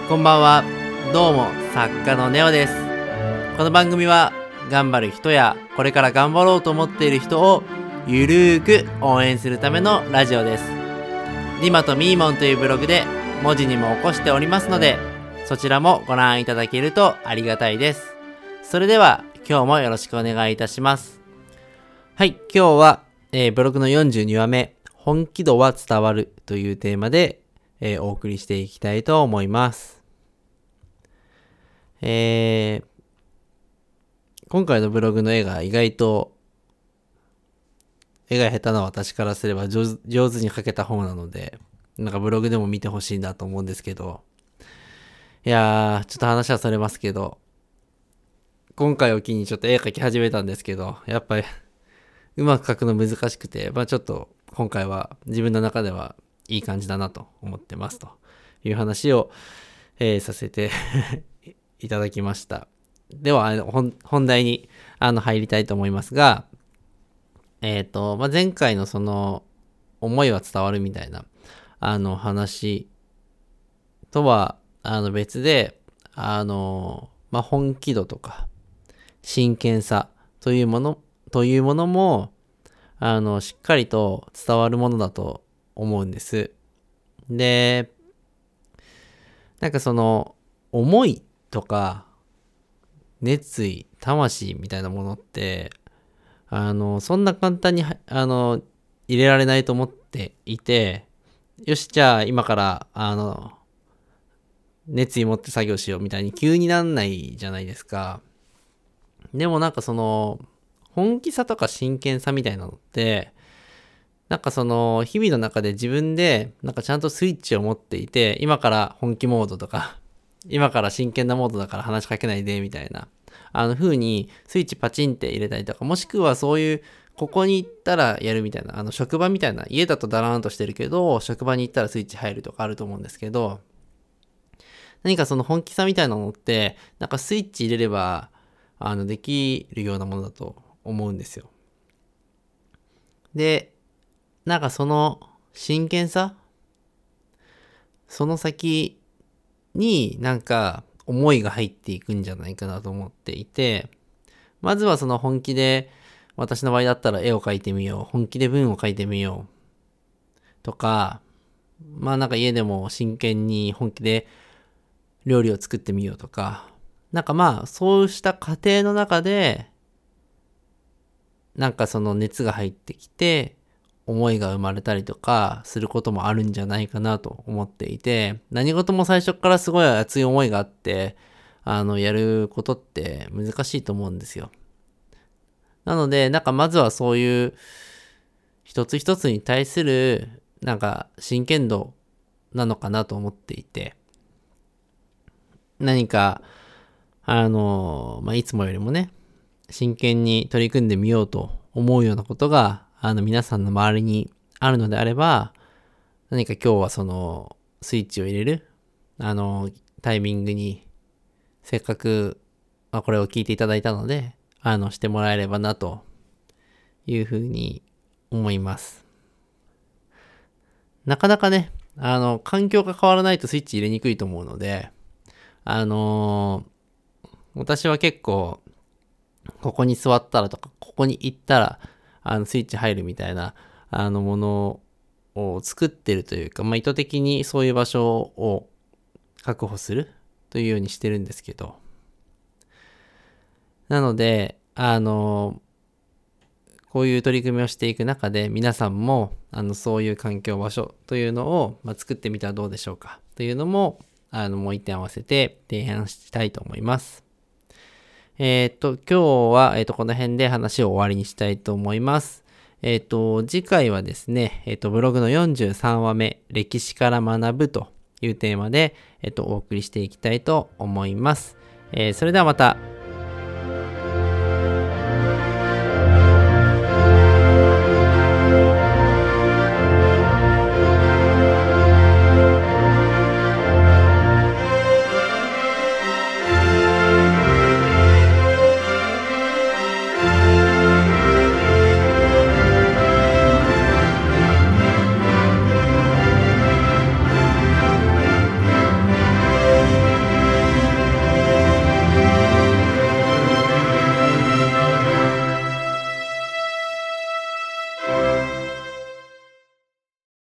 こんばんは。どうも、作家のネオです。この番組は頑張る人やこれから頑張ろうと思っている人をゆるーく応援するためのラジオです。リマとミーモンというブログで文字にも起こしておりますので、そちらもご覧いただけるとありがたいです。それでは今日もよろしくお願いいたします。はい、今日は、ブログの42話目、本気度は伝わるというテーマで、お送りしていきたいと思います。今回のブログの絵が意外と絵が下手な私からすれば上手に描けた方なので、なんかブログでも見てほしいなと思うんですけど、いやー、ちょっと話はそれますけど、今回を機にちょっと絵描き始めたんですけど、やっぱりうまく描くの難しくて、ちょっと今回は自分の中ではいい感じだなと思ってますという話を、させていただきました。では本題に入りたいと思いますが、前回のその思いは伝わるみたいな話とは別で本気度とか真剣さというものもしっかりと伝わるものだと思うんです。で、なんかその思いとか熱意、魂みたいなものって、そんな簡単に入れられないと思っていて、よし、じゃあ今から、熱意持って作業しようみたいに急になんないじゃないですか。でもなんかその、本気さとか真剣さみたいなのって、なんかその、日々の中で自分で、なんかちゃんとスイッチを持っていて、今から本気モードとか、今から真剣なモードだから話しかけないで、みたいな。風にスイッチパチンって入れたりとか、もしくはそういう、ここに行ったらやるみたいな、職場みたいな、家だとダラーンとしてるけど、職場に行ったらスイッチ入るとかあると思うんですけど、何かその本気さみたいなのって、なんかスイッチ入れれば、できるようなものだと思うんですよ。で、なんかその真剣さ、その先になんか思いが入っていくんじゃないかなと思っていて、まずはその本気で、私の場合だったら絵を描いてみよう、本気で文を書いてみようとか、なんか家でも真剣に本気で料理を作ってみようとか、なんかそうした過程の中で、なんかその熱が入ってきて、思いが生まれたりとかすることもあるんじゃないかなと思っていて、何事も最初からすごい熱い思いがあって、やることって難しいと思うんですよ。なので、なんかまずはそういう一つ一つに対するなんか真剣度なのかなと思っていて、何かいつもよりもね、真剣に取り組んでみようと思うようなことが皆さんの周りにあるのであれば、何か今日はそのスイッチを入れるタイミングにせっかくこれを聞いていただいたのでしてもらえればなというふうに思います。なかなかね環境が変わらないとスイッチ入れにくいと思うので私は結構ここに座ったらとかここに行ったらスイッチ入るみたいなものを作ってるというか、意図的にそういう場所を確保するというようにしてるんですけど、なのでこういう取り組みをしていく中で皆さんもそういう環境場所というのを、作ってみたらどうでしょうかというのももう一点合わせて提案したいと思います。今日は、この辺で話を終わりにしたいと思います。次回はですね、ブログの43話目、歴史から学ぶというテーマで、お送りしていきたいと思います。それではまた